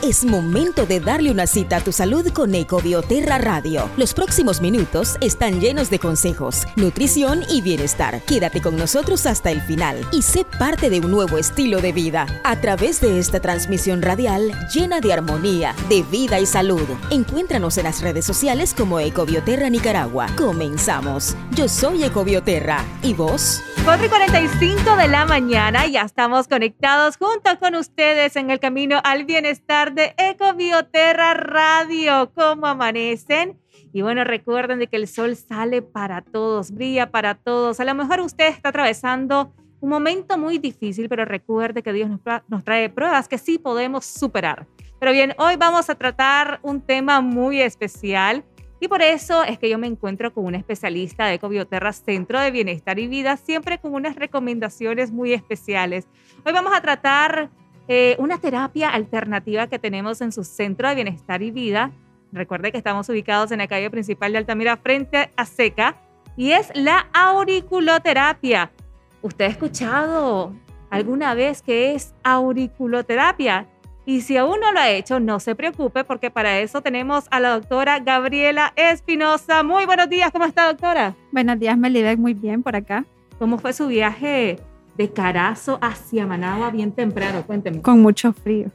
Es momento de darle una cita a tu salud con Ecobioterra Radio. Los próximos minutos están llenos de consejos, nutrición y bienestar. Quédate con nosotros hasta el final y sé parte de un nuevo estilo de vida a través de esta transmisión radial llena de armonía, de vida y salud. Encuéntranos en las redes sociales como Ecobioterra Nicaragua. Comenzamos. Yo soy Ecobioterra. ¿Y vos? 4:45 de la mañana, ya estamos conectados junto con ustedes en el camino al bienestar de Ecobioterra Radio. ¿Cómo amanecen? Y bueno, recuerden de que el sol sale para todos, brilla para todos. A lo mejor usted está atravesando un momento muy difícil, pero recuerde que Dios nos trae pruebas que sí podemos superar. Pero bien, hoy vamos a tratar un tema muy especial. Y por eso es que yo me encuentro con una especialista de Ecobioterra Centro de Bienestar y Vida, siempre con unas recomendaciones muy especiales. Hoy vamos a tratar una terapia alternativa que tenemos en su Centro de Bienestar y Vida. Recuerde que estamos ubicados en la calle principal de Altamira, frente a Seca, y es la auriculoterapia. ¿Usted ha escuchado alguna vez qué es auriculoterapia? Y si aún no lo ha hecho, no se preocupe, porque para eso tenemos a la doctora Gabriela Espinosa. Muy buenos días, ¿cómo está, doctora? Buenos días, Melibeth, muy bien por acá. ¿Cómo fue su viaje de Carazo hacia Managua bien temprano? Cuénteme. Con mucho frío.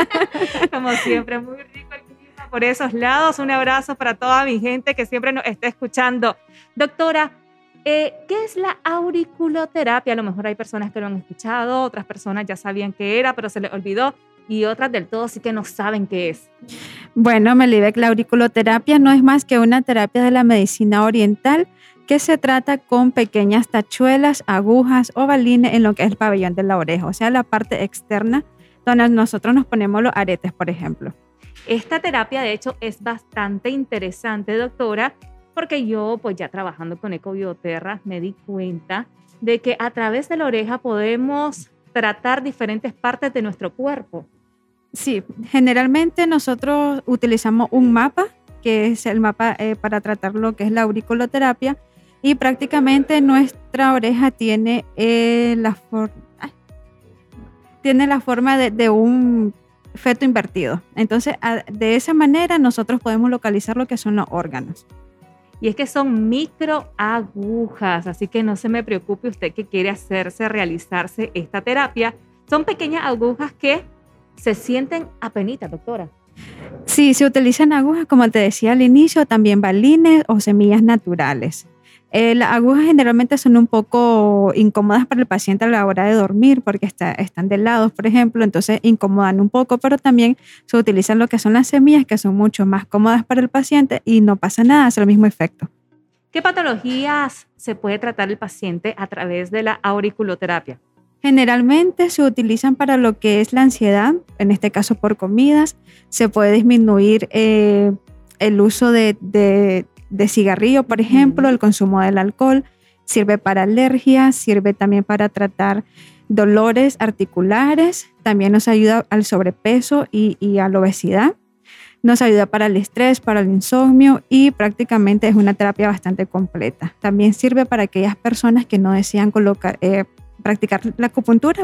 Como siempre, muy rico el clima por esos lados. Un abrazo para toda mi gente que siempre nos está escuchando. Doctora, ¿qué es la auriculoterapia? A lo mejor hay personas que lo han escuchado, otras personas ya sabían qué era, pero se les olvidó. Y otras del todo sí que no saben qué es. Bueno, Melibeth, la auriculoterapia no es más que una terapia de la medicina oriental que se trata con pequeñas tachuelas, agujas o balines en lo que es el pabellón de la oreja, o sea, la parte externa donde nosotros nos ponemos los aretes, por ejemplo. Esta terapia, de hecho, es bastante interesante, doctora, porque yo, pues ya trabajando con Ecobioterra, me di cuenta de que a través de la oreja podemos tratar diferentes partes de nuestro cuerpo. Sí, generalmente nosotros utilizamos un mapa, que es el mapa para tratar lo que es la auriculoterapia, y prácticamente nuestra oreja tiene la forma de un feto invertido. Entonces, de esa manera nosotros podemos localizar lo que son los órganos. Y es que son microagujas, así que no se me preocupe usted que quiere realizarse esta terapia. Son pequeñas agujas que se sienten apenitas, doctora. Sí, se utilizan agujas, como te decía al inicio, también balines o semillas naturales. Las agujas generalmente son un poco incómodas para el paciente a la hora de dormir porque están de lados, por ejemplo, entonces incomodan un poco, pero también se utilizan lo que son las semillas, que son mucho más cómodas para el paciente y no pasa nada, hace el mismo efecto. ¿Qué patologías se puede tratar el paciente a través de la auriculoterapia? Generalmente se utilizan para lo que es la ansiedad, en este caso por comidas. Se puede disminuir el uso de cigarrillo, por ejemplo, el consumo del alcohol. Sirve para alergias, sirve también para tratar dolores articulares. También nos ayuda al sobrepeso y a la obesidad. Nos ayuda para el estrés, para el insomnio y prácticamente es una terapia bastante completa. También sirve para aquellas personas que no desean practicarse la acupuntura,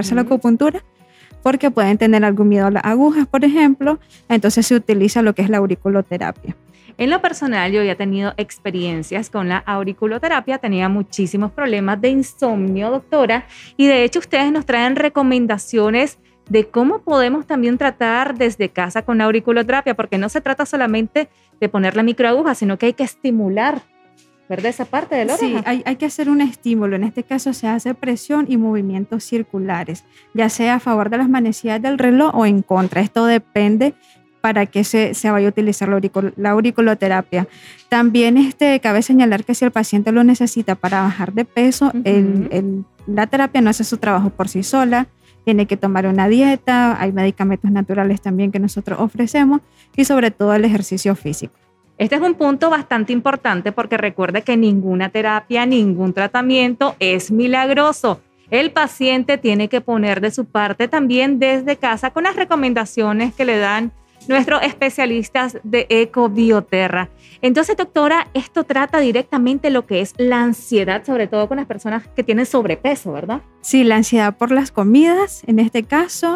porque pueden tener algún miedo a las agujas, por ejemplo. Entonces se utiliza lo que es la auriculoterapia. En lo personal, yo ya he tenido experiencias con la auriculoterapia, tenía muchísimos problemas de insomnio, doctora, y de hecho ustedes nos traen recomendaciones de cómo podemos también tratar desde casa con la auriculoterapia, porque no se trata solamente de poner la microaguja, sino que hay que estimular, ¿verdad? Esa parte de la oreja. Sí, hay que hacer un estímulo. En este caso se hace presión y movimientos circulares, ya sea a favor de las manecillas del reloj o en contra. Esto depende para qué se vaya a utilizar la auriculoterapia. También cabe señalar que si el paciente lo necesita para bajar de peso, la terapia no hace su trabajo por sí sola. Tiene que tomar una dieta, hay medicamentos naturales también que nosotros ofrecemos y sobre todo el ejercicio físico. Este es un punto bastante importante porque recuerde que ninguna terapia, ningún tratamiento es milagroso. El paciente tiene que poner de su parte también desde casa con las recomendaciones que le dan nuestros especialistas de Ecobioterra. Entonces, doctora, esto trata directamente lo que es la ansiedad, sobre todo con las personas que tienen sobrepeso, ¿verdad? Sí, la ansiedad por las comidas, en este caso,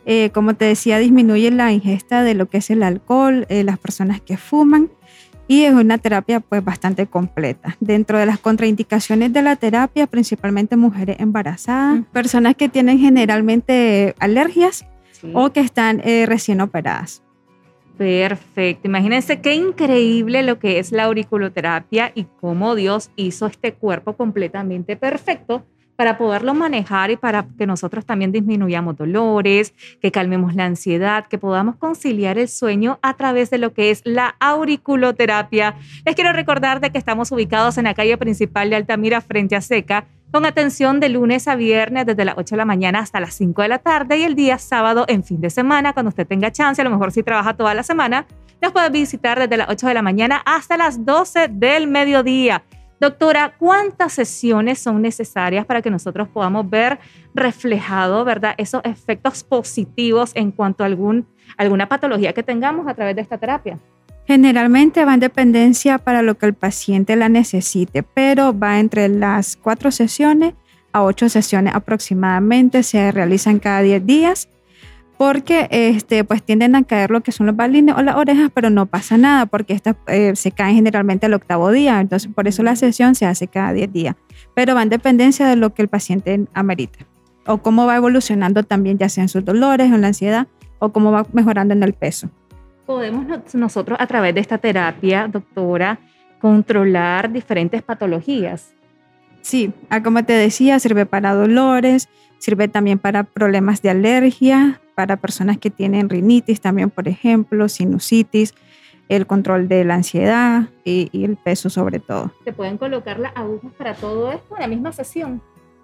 Como te decía, disminuye la ingesta de lo que es el alcohol, las personas que fuman, y es una terapia pues bastante completa. Dentro de las contraindicaciones de la terapia, principalmente mujeres embarazadas, personas que tienen generalmente alergias o que están recién operadas. Perfecto. Imagínense qué increíble lo que es la auriculoterapia y cómo Dios hizo este cuerpo completamente perfecto para poderlo manejar y para que nosotros también disminuyamos dolores, que calmemos la ansiedad, que podamos conciliar el sueño a través de lo que es la auriculoterapia. Les quiero recordar de que estamos ubicados en la calle principal de Altamira frente a Seca, con atención de lunes a viernes desde las 8 de la mañana hasta las 5 de la tarde y el día sábado en fin de semana, cuando usted tenga chance, a lo mejor si trabaja toda la semana, nos puede visitar desde las 8 de la mañana hasta las 12 del mediodía. Doctora, ¿cuántas sesiones son necesarias para que nosotros podamos ver reflejado, ¿verdad?, esos efectos positivos en cuanto a alguna patología que tengamos a través de esta terapia? Generalmente va en dependencia para lo que el paciente la necesite, pero va entre las 4 sesiones a 8 sesiones aproximadamente, se realizan cada 10 días, porque pues tienden a caer lo que son los balines o las orejas, pero no pasa nada porque estas se caen generalmente al 8º día, entonces por eso la sesión se hace cada 10 días, pero va en dependencia de lo que el paciente amerite o cómo va evolucionando también, ya sea en sus dolores o en la ansiedad o cómo va mejorando en el peso. ¿Podemos nosotros a través de esta terapia, doctora, controlar diferentes patologías? Sí, como te decía, sirve para dolores, sirve también para problemas de alergia, para personas que tienen rinitis también, por ejemplo, sinusitis, el control de la ansiedad y el peso sobre todo. ¿Se pueden colocar las agujas para todo esto en la misma sesión?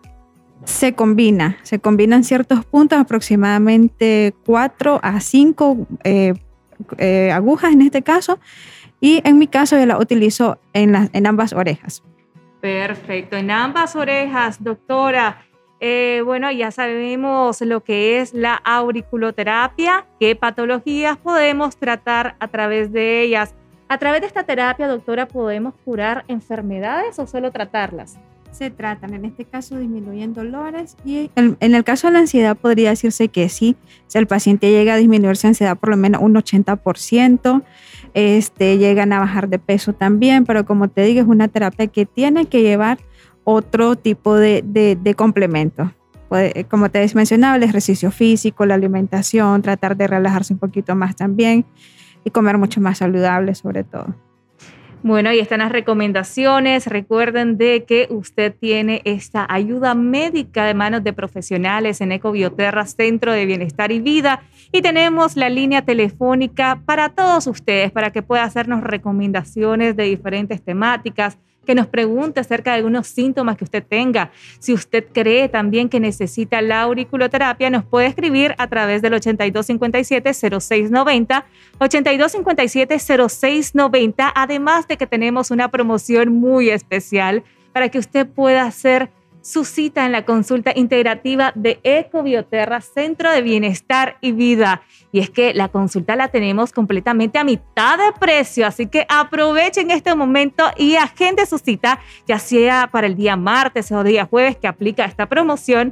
Se combinan ciertos puntos, aproximadamente 4 a 5 agujas en este caso, y en mi caso yo la utilizo en ambas orejas. Perfecto, en ambas orejas, doctora. Bueno, ya sabemos lo que es la auriculoterapia, qué patologías podemos tratar a través de ellas. ¿A través de esta terapia, doctora, podemos curar enfermedades o solo tratarlas? Se tratan, en este caso disminuyen dolores, y en el caso de la ansiedad podría decirse que sí, si el paciente llega a disminuir su ansiedad por lo menos un 80%, llegan a bajar de peso también, pero como te digo, es una terapia que tiene que llevar otro tipo de complemento. Como te mencionaba, el ejercicio físico, la alimentación, tratar de relajarse un poquito más también y comer mucho más saludable sobre todo. Bueno, ahí están las recomendaciones. Recuerden de que usted tiene esta ayuda médica de manos de profesionales en Ecobioterra, Centro de Bienestar y Vida. Y tenemos la línea telefónica para todos ustedes, para que pueda hacernos recomendaciones de diferentes temáticas, que nos pregunte acerca de algunos síntomas que usted tenga. Si usted cree también que necesita la auriculoterapia, nos puede escribir a través del 8257-0690, 8257-0690, además de que tenemos una promoción muy especial para que usted pueda hacer su cita en la consulta integrativa de Ecobioterra, Centro de Bienestar y Vida. Y es que la consulta la tenemos completamente a mitad de precio, así que aprovechen este momento y agende su cita, ya sea para el día martes o día jueves que aplica esta promoción,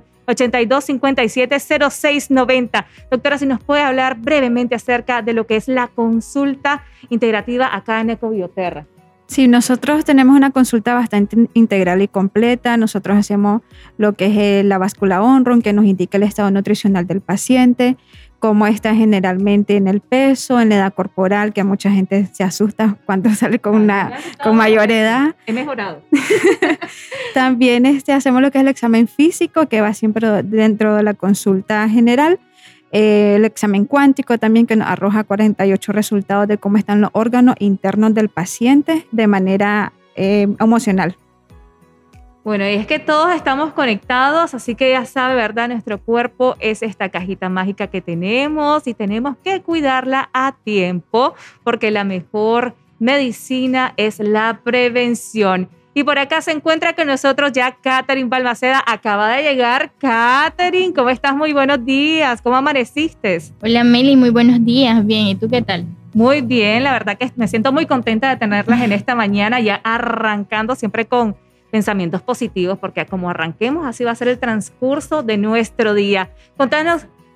8257-0690. Doctora, si nos puede hablar brevemente acerca de lo que es la consulta integrativa acá en Ecobioterra. Sí, nosotros tenemos una consulta bastante integral y completa. Nosotros hacemos lo que es la báscula Onron, que nos indica el estado nutricional del paciente, cómo está generalmente en el peso, en la edad corporal, que a mucha gente se asusta cuando sale con mayor edad. He mejorado. También hacemos lo que es el examen físico, que va siempre dentro de la consulta general. El examen cuántico también, que nos arroja 48 resultados de cómo están los órganos internos del paciente de manera emocional. Bueno, y es que todos estamos conectados, así que ya sabe, ¿verdad? Nuestro cuerpo es esta cajita mágica que tenemos y tenemos que cuidarla a tiempo, porque la mejor medicina es la prevención. Y por acá se encuentra con nosotros ya Catherine Balmaceda. Acaba de llegar. Catherine, ¿cómo estás? Muy buenos días. ¿Cómo amaneciste? Hola Meli, muy buenos días. Bien, ¿y tú qué tal? Muy bien, la verdad que me siento muy contenta de tenerlas en esta mañana, ya arrancando siempre con pensamientos positivos, porque como arranquemos, así va a ser el transcurso de nuestro día. Contanos,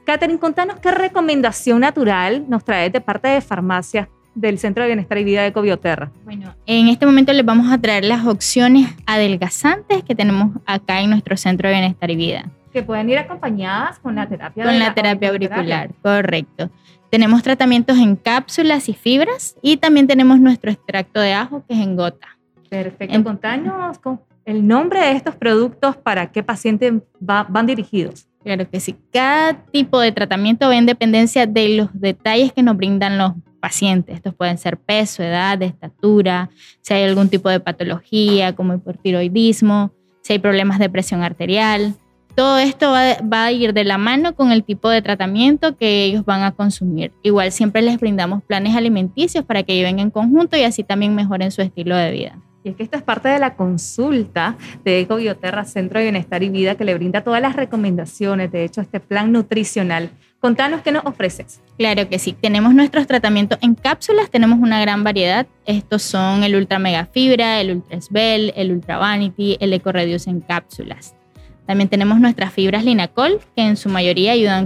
Katherine, contanos qué recomendación natural nos traes de parte de farmacia del Centro de Bienestar y Vida de Ecobioterra. Bueno, en este momento les vamos a traer las opciones adelgazantes que tenemos acá en nuestro Centro de Bienestar y Vida. Que pueden ir acompañadas con la terapia auricular, correcto. Tenemos tratamientos en cápsulas y fibras y también tenemos nuestro extracto de ajo que es en gota. Perfecto. Contanos el nombre de estos productos, para qué pacientes van dirigidos. Claro que sí. Cada tipo de tratamiento va en dependencia de los detalles que nos brindan los pacientes. Estos pueden ser peso, edad, estatura, si hay algún tipo de patología como hipotiroidismo, si hay problemas de presión arterial. Todo esto va a ir de la mano con el tipo de tratamiento que ellos van a consumir. Igual siempre les brindamos planes alimenticios para que lleven en conjunto y así también mejoren su estilo de vida. Y es que esto es parte de la consulta de Ecobioterra Centro de Bienestar y Vida, que le brinda todas las recomendaciones, de hecho, este plan nutricional. Contanos qué nos ofreces. Claro que sí. Tenemos nuestros tratamientos en cápsulas, tenemos una gran variedad. Estos son el Ultra Mega Fibra, el Ultra Svel, el Ultra Vanity, el Eco Reduce en cápsulas. También tenemos nuestras fibras Linacol, que en su mayoría ayudan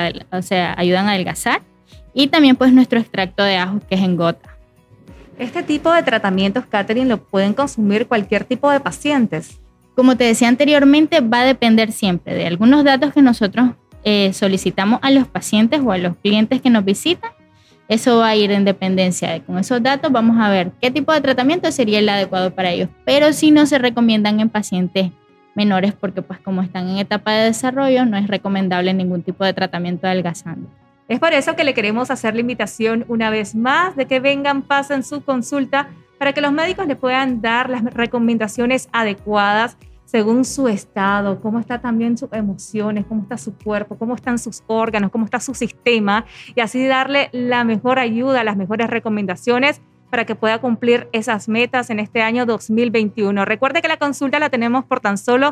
ayudan a adelgazar. Y también pues nuestro extracto de ajo, que es en gota. Este tipo de tratamientos, Katherine, lo pueden consumir cualquier tipo de pacientes. Como te decía anteriormente, va a depender siempre de algunos datos que nosotros solicitamos a los pacientes o a los clientes que nos visitan. Eso va a ir en dependencia con esos datos. Vamos a ver qué tipo de tratamiento sería el adecuado para ellos. Pero sí no se recomiendan en pacientes menores porque pues como están en etapa de desarrollo, no es recomendable ningún tipo de tratamiento adelgazante. Es por eso que le queremos hacer la invitación una vez más de que vengan, pasen su consulta para que los médicos le puedan dar las recomendaciones adecuadas según su estado, cómo está también sus emociones, cómo está su cuerpo, cómo están sus órganos, cómo está su sistema y así darle la mejor ayuda, las mejores recomendaciones para que pueda cumplir esas metas en este año 2021. Recuerde que la consulta la tenemos por tan solo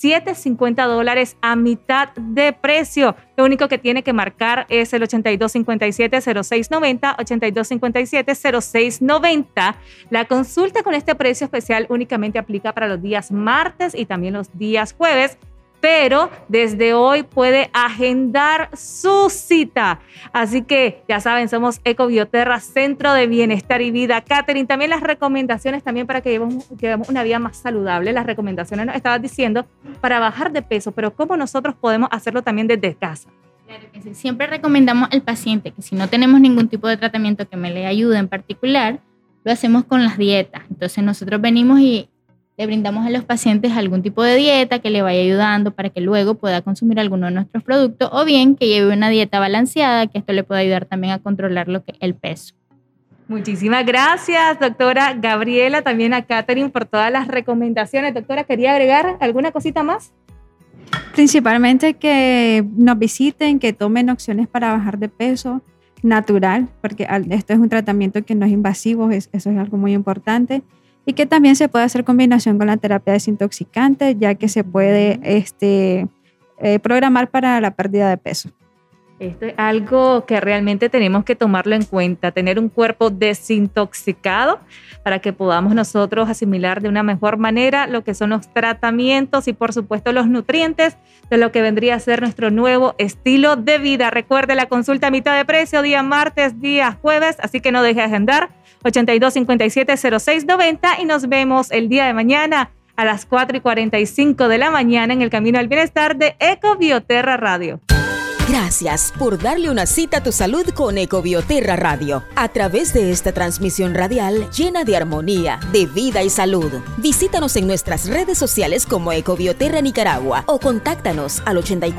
$750 a mitad de precio. Lo único que tiene que marcar es el 8257-0690, 8257-0690. La consulta con este precio especial únicamente aplica para los días martes y también los días jueves, pero desde hoy puede agendar su cita. Así que ya saben, somos Ecobioterra, Centro de Bienestar y Vida. Katherine, también las recomendaciones también para que llevemos una vida más saludable. Las recomendaciones nos estabas diciendo para bajar de peso, pero ¿cómo nosotros podemos hacerlo también desde casa? Claro que sí. Siempre recomendamos al paciente que si no tenemos ningún tipo de tratamiento que me le ayude en particular, lo hacemos con las dietas. Entonces nosotros venimos y le brindamos a los pacientes algún tipo de dieta que le vaya ayudando para que luego pueda consumir alguno de nuestros productos o bien que lleve una dieta balanceada, que esto le pueda ayudar también a controlar el peso. Muchísimas gracias, doctora Gabriela, también a Katherine por todas las recomendaciones. Doctora, ¿quería agregar alguna cosita más? Principalmente que nos visiten, que tomen opciones para bajar de peso natural, porque esto es un tratamiento que no es invasivo, eso es algo muy importante. Y que también se puede hacer combinación con la terapia desintoxicante, ya que se puede programar para la pérdida de peso. Esto es algo que realmente tenemos que tomarlo en cuenta, tener un cuerpo desintoxicado para que podamos nosotros asimilar de una mejor manera lo que son los tratamientos y por supuesto los nutrientes de lo que vendría a ser nuestro nuevo estilo de vida. Recuerde la consulta a mitad de precio, día martes, día jueves, así que no deje de agendar 8257-0690 y nos vemos el día de mañana a las 4:45 de la mañana en el Camino al Bienestar de Ecobioterra Radio. Gracias por darle una cita a tu salud con Ecobioterra Radio. A través de esta transmisión radial llena de armonía, de vida y salud. Visítanos en nuestras redes sociales como Ecobioterra Nicaragua o contáctanos al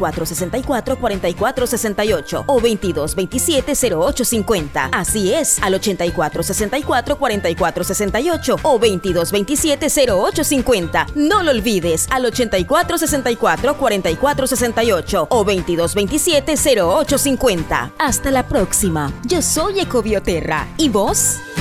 8464-4468 o 2227-0850. Así es, al 8464-4468 o 2227-0850. No lo olvides, al 8464-4468 o 2227-0850. Hasta la próxima. Yo soy Ecobioterra. ¿Y vos?